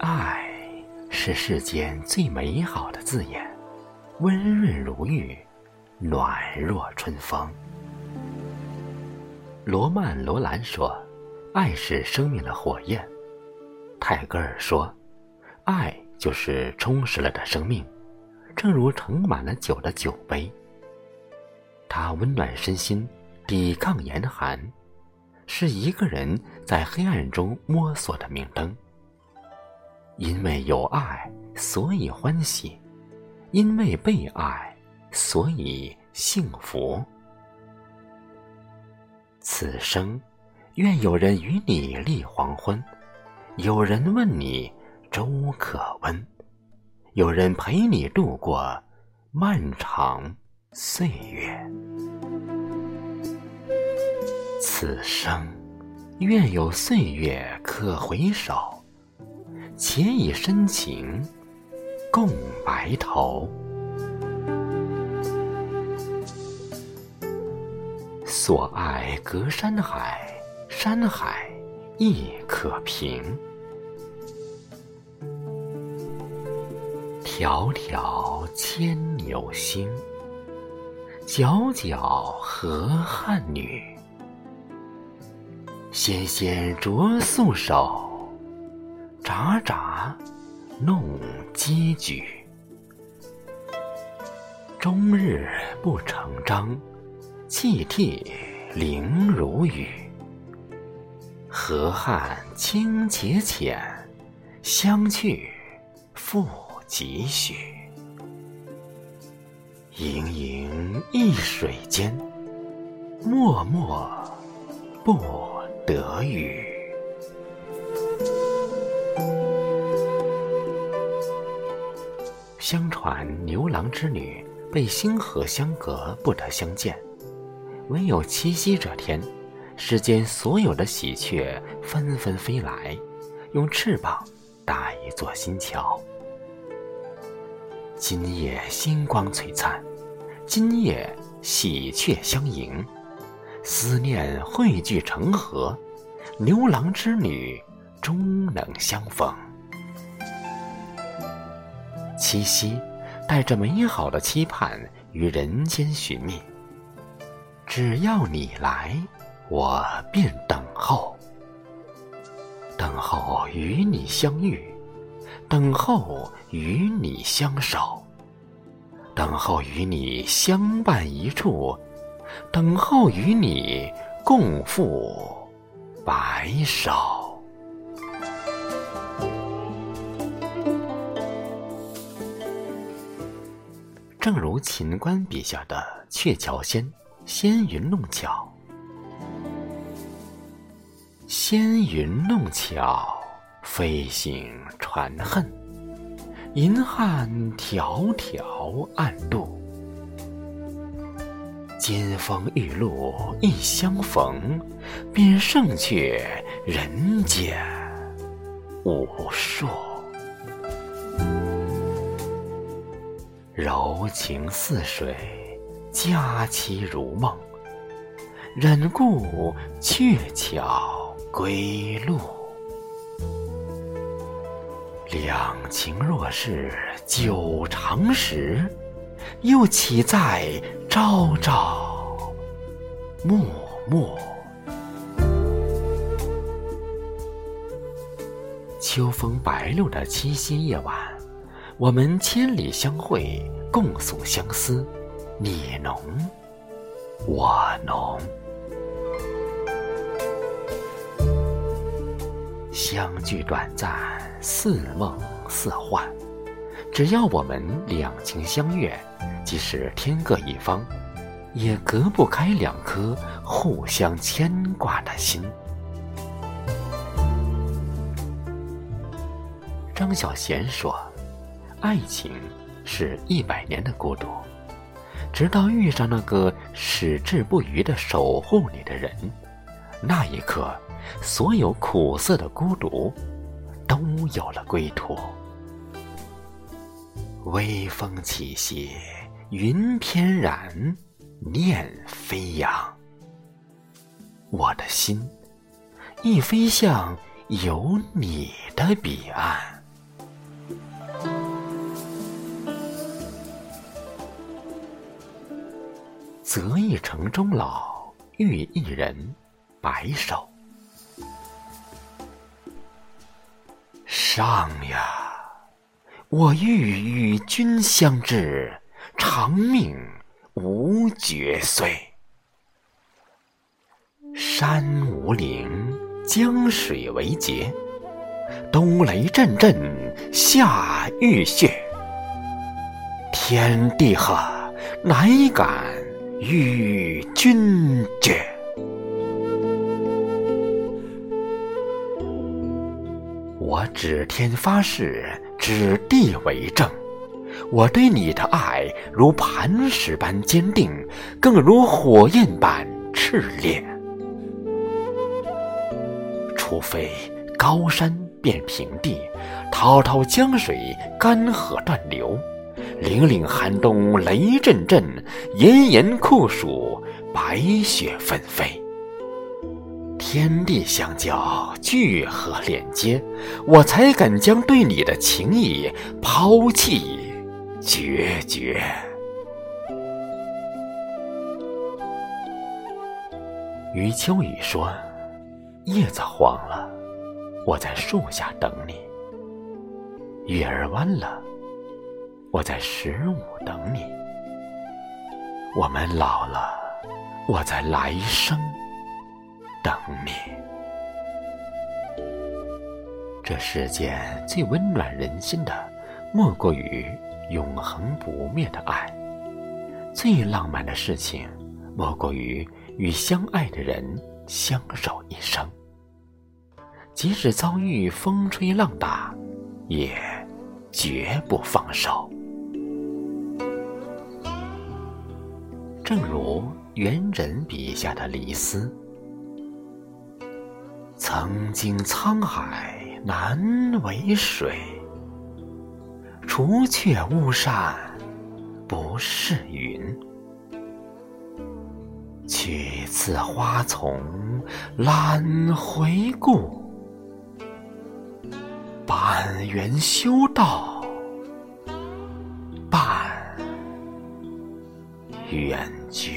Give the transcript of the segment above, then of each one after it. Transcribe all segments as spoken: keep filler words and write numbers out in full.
爱是世间最美好的字眼，温润如玉，暖若春风。罗曼·罗兰说，爱是生命的火焰。泰戈尔说，爱就是充实了的生命，正如盛满了酒的酒杯。它温暖身心，抵抗严寒，是一个人在黑暗中摸索的明灯。因为有爱，所以欢喜；因为被爱，所以幸福。此生，愿有人与你立黄昏，有人问你粥可温，有人陪你度过漫长岁月。此生，愿有岁月可回首，且以深情共白头。所爱隔山海，山海亦可平。迢迢牵牛星，皎皎河汉女。纤纤擢素手，札札弄机举。终日不成章，泣涕零如雨。河汉清且浅，相去复几许。盈盈一水间，脉脉不得语。相传牛郎织女被星河相隔，不得相见，唯有七夕这天，世间所有的喜鹊纷纷飞来，用翅膀搭一座新桥。今夜星光璀璨，今夜喜鹊相迎，思念汇聚成河，牛郎织女终能相逢。七夕带着美好的期盼于人间寻觅，只要你来，我便等候，等候与你相遇，等候与你相守，等候与你相伴一处，等候与你共赴白首。正如秦观笔下的鹊桥仙，纤云弄巧。纤云弄巧，飞行传恨，银汉迢迢暗度。金风玉露一相逢，便胜却人间无数。柔情似水，佳期如梦，忍顾鹊桥归路。两情若是久长时，又岂在朝朝暮暮。秋风白露的七夕夜晚，我们千里相会，共诉相思，你浓我浓。相聚短暂，似梦似幻，只要我们两情相悦，即使天各一方，也隔不开两颗互相牵挂的心。张小娴说，爱情是一百年的孤独，直到遇上那个矢志不渝地守护你的人，那一刻，所有苦涩的孤独都有了归途。微风起兮云翩然，念飞扬。我的心亦飞向有你的彼岸。 择一城终老，遇一人白首。上呀，我欲与君相知，长命无绝岁。山无陵，江水为竭，冬雷阵阵，夏雨雪。天地合，乃敢与君绝。我指天发誓，指地为证。我对你的爱如磐石般坚定，更如火焰般炽烈。除非高山变平地，滔滔江水干涸断流，凛凛寒冬雷阵阵，炎炎酷暑白雪纷飞。天地相交，聚合连接，我才敢将对你的情意抛弃决绝。余秋雨说，叶子黄了，我在树下等你；月儿弯了，我在十五等你。我们老了，我在来生等你。这世间最温暖人心的，莫过于永恒不灭的爱；最浪漫的事情，莫过于与相爱的人相守一生。即使遭遇风吹浪打，也绝不放手。正如元稹笔下的离思，曾经沧海难为水，除却巫山不是云。去次花丛懒回顾，半缘修道半缘君。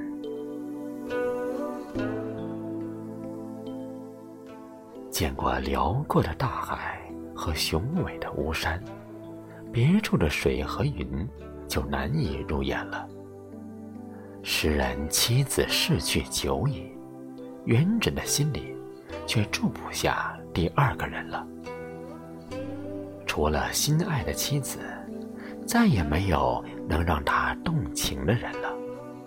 见过辽阔的大海和雄伟的巫山，别处的水和云就难以入眼了。诗人妻子逝去久矣，元稹的心里却住不下第二个人了。除了心爱的妻子，再也没有能让他动情的人了。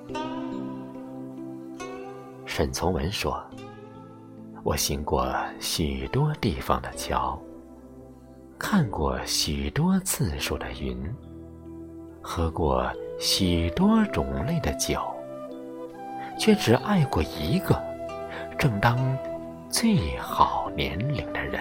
沈从文说，我行过许多地方的桥，看过许多次数的云，喝过许多种类的酒，却只爱过一个正当最好年龄的人。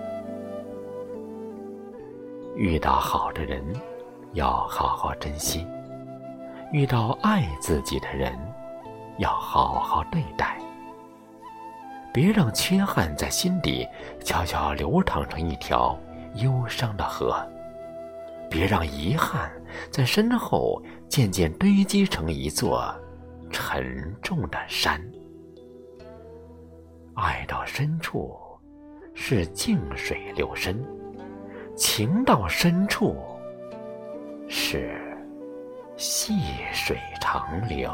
遇到好的人，要好好珍惜；遇到爱自己的人，要好好对待。别让缺憾在心底悄悄流淌成一条忧伤的河，别让遗憾在身后渐渐堆积成一座沉重的山。爱到深处是静水流深，情到深处是细水长流。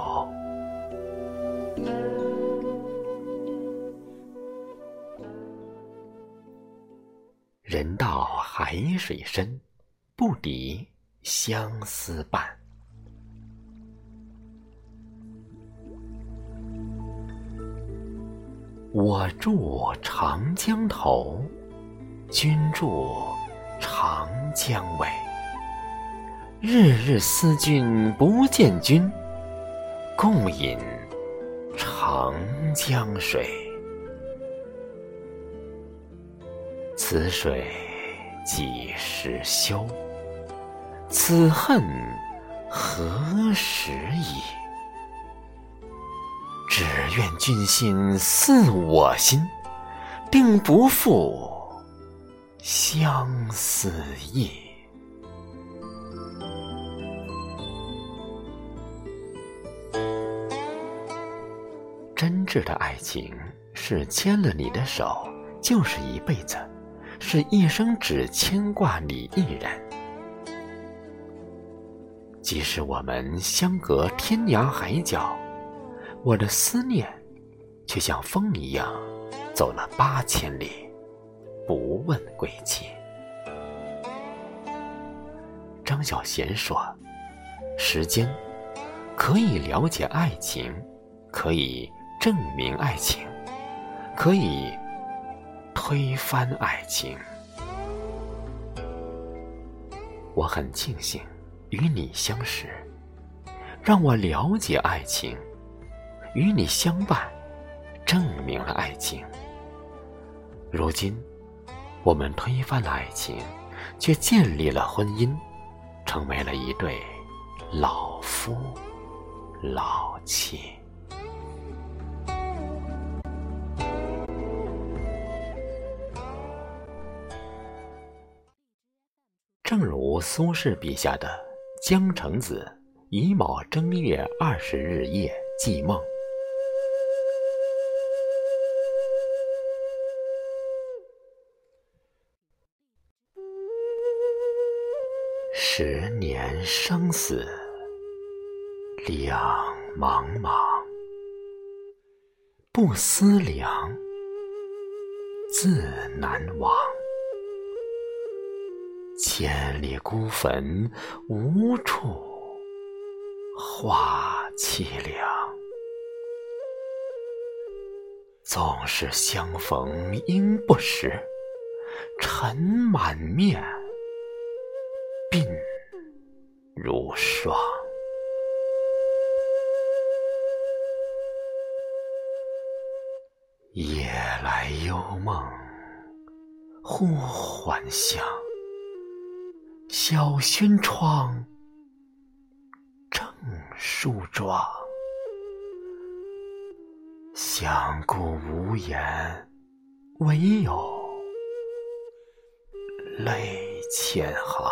人到海水深，不敌相思半。我住长江头，君住长江尾。日日思君不见君，共饮长江水。此水几时休？此恨何时已？只愿君心似我心，定不负相思意。 挚的爱情是牵了你的手就是一辈子，是一生只牵挂你一人。即使我们相隔天涯海角，我的思念却像风一样走了八千里，不问归期。张小娴说，时间可以了解爱情，可以证明爱情，可以推翻爱情。我很庆幸与你相识，让我了解爱情，与你相伴，证明了爱情。如今我们推翻了爱情，却建立了婚姻，成为了一对老夫老妻。正如苏轼笔下的江城子乙卯正月二十日夜记梦，十年生死两茫茫，不思量，自难忘。千里孤坟，无处话凄凉。纵是相逢应不识，尘满面，鬓如霜。夜来幽梦忽还乡，小轩窗，正梳妆。相顾无言，唯有泪千行。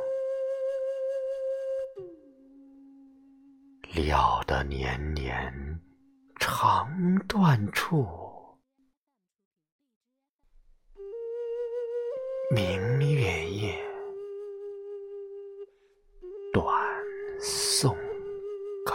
料得年年肠断处，明月夜，短宋冈。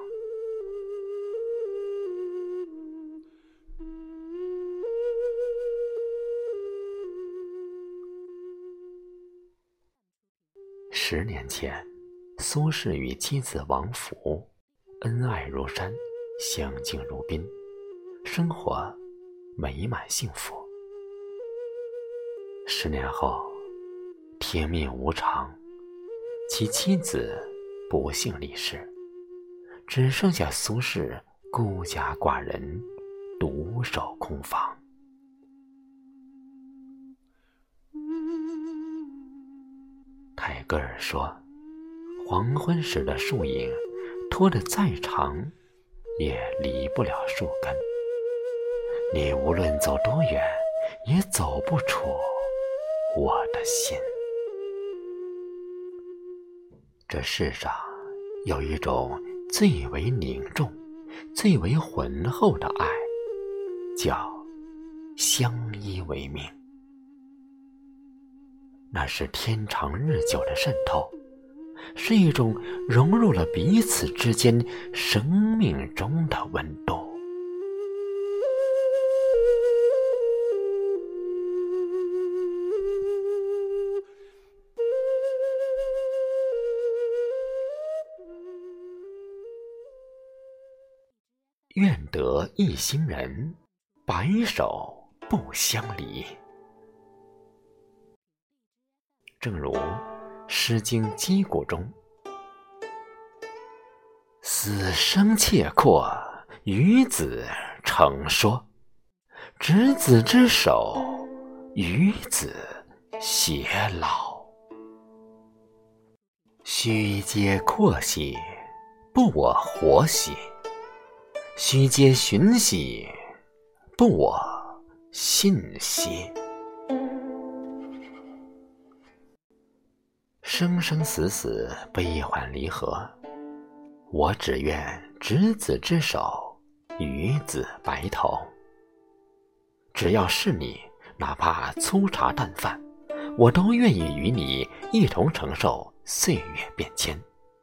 十年前，苏轼与妻子王弗恩爱如山，相敬如宾，生活美满幸福。十年后，天命无常，其妻子不幸离世，只剩下苏轼孤家寡人，独守空房。泰戈尔说，黄昏时的树影拖得再长，也离不了树根。你无论走多远，也走不出我的心。这世上有一种最为凝重、最为浑厚的爱，叫相依为命。那是天长日久的渗透，是一种融入了彼此之间生命中的温度。愿得一心人，白首不相离。正如《诗经·击鼓》中，死生契阔，与子成说，执子之手，与子偕老。须嗟阔兮，不我活兮；须嗟寻兮，不我信兮。生生死死，悲欢离合，我只愿执子之手， 与子白头。只要是你，哪怕粗茶淡饭，我都愿意与你一同承受岁月变迁。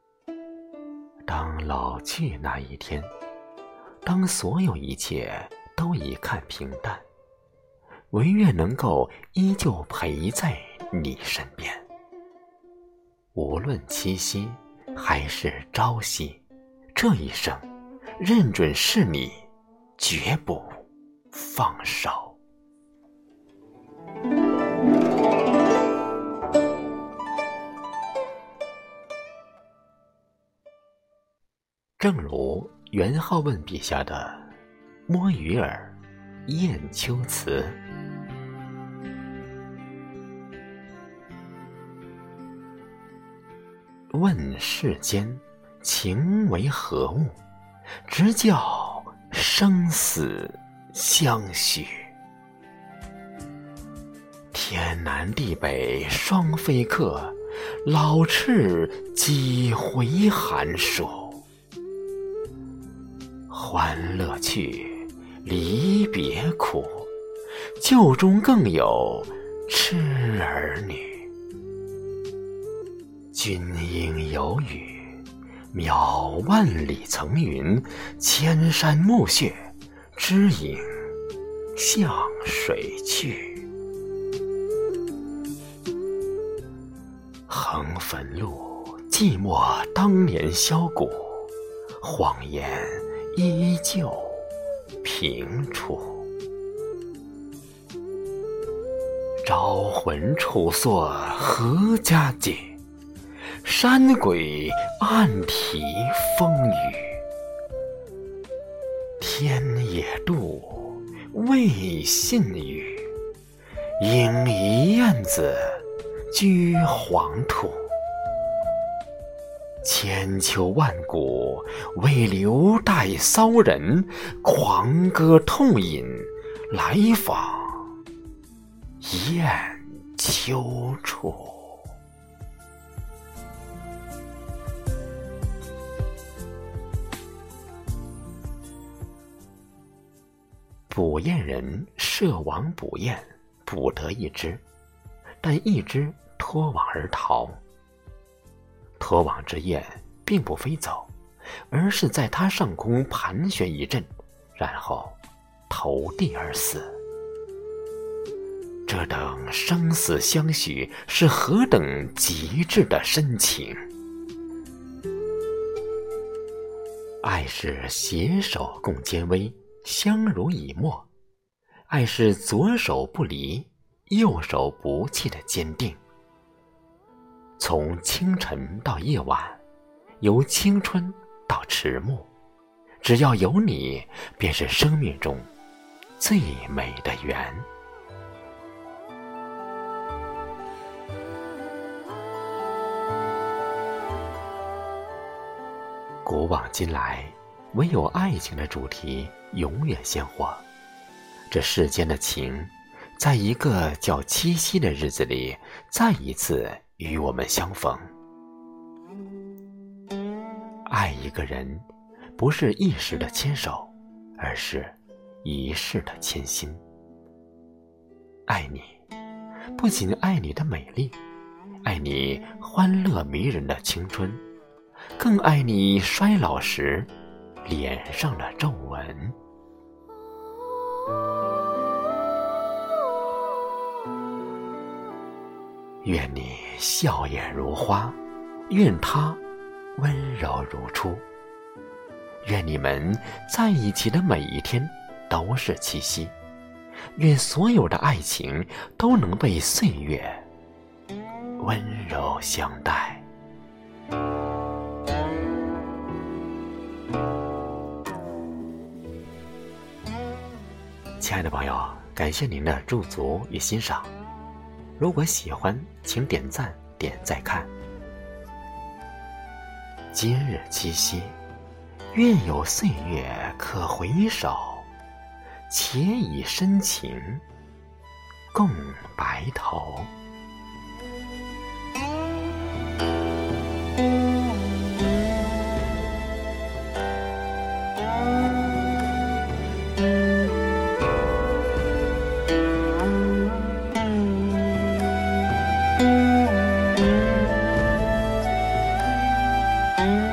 当老去那一天，当所有一切都已看平淡，唯愿能够依旧陪在你身边。无论七夕还是朝夕，这一生认准是你，绝不放手。正如元好问笔下的《摸鱼儿·雁丘词》，问世间情为何物，直教生死相许。天南地北双飞客，老翅几回寒暑。欢乐去，离别苦，旧中更有痴儿女。君应有语，渺万里层云，千山暮雪，知影向谁去？横汾路，寂寞当年箫鼓，谎言依旧平楚。招魂楚作何家界，山鬼暗啼风雨。天也妒，未信语，应一燕子居黄土。千秋万古，为留待骚人，狂歌痛饮，来访雁丘处。捕雁人涉网捕雁，捕得一只，但一只脱网而逃。脱网之雁并不飞走，而是在它上空盘旋一阵，然后投地而死。这等生死相许，是何等极致的深情！爱是携手共艰危，相濡以沫；爱是左手不离，右手不弃的坚定。从清晨到夜晚，由青春到迟暮，只要有你，便是生命中最美的缘。古往今来，唯有爱情的主题永远鲜活。这世间的情，在一个叫七夕的日子里，再一次与我们相逢。爱一个人，不是一时的牵手，而是一世的牵心。爱你，不仅爱你的美丽，爱你欢乐迷人的青春，更爱你衰老时脸上的皱纹。愿你笑颜如花，愿他温柔如初。愿你们在一起的每一天都是七夕，愿所有的爱情都能被岁月温柔相待。亲爱的朋友，感谢您的驻足与欣赏。如果喜欢，请点赞点再看。今日七夕，愿有岁月可回首，且以深情共白头。 嗯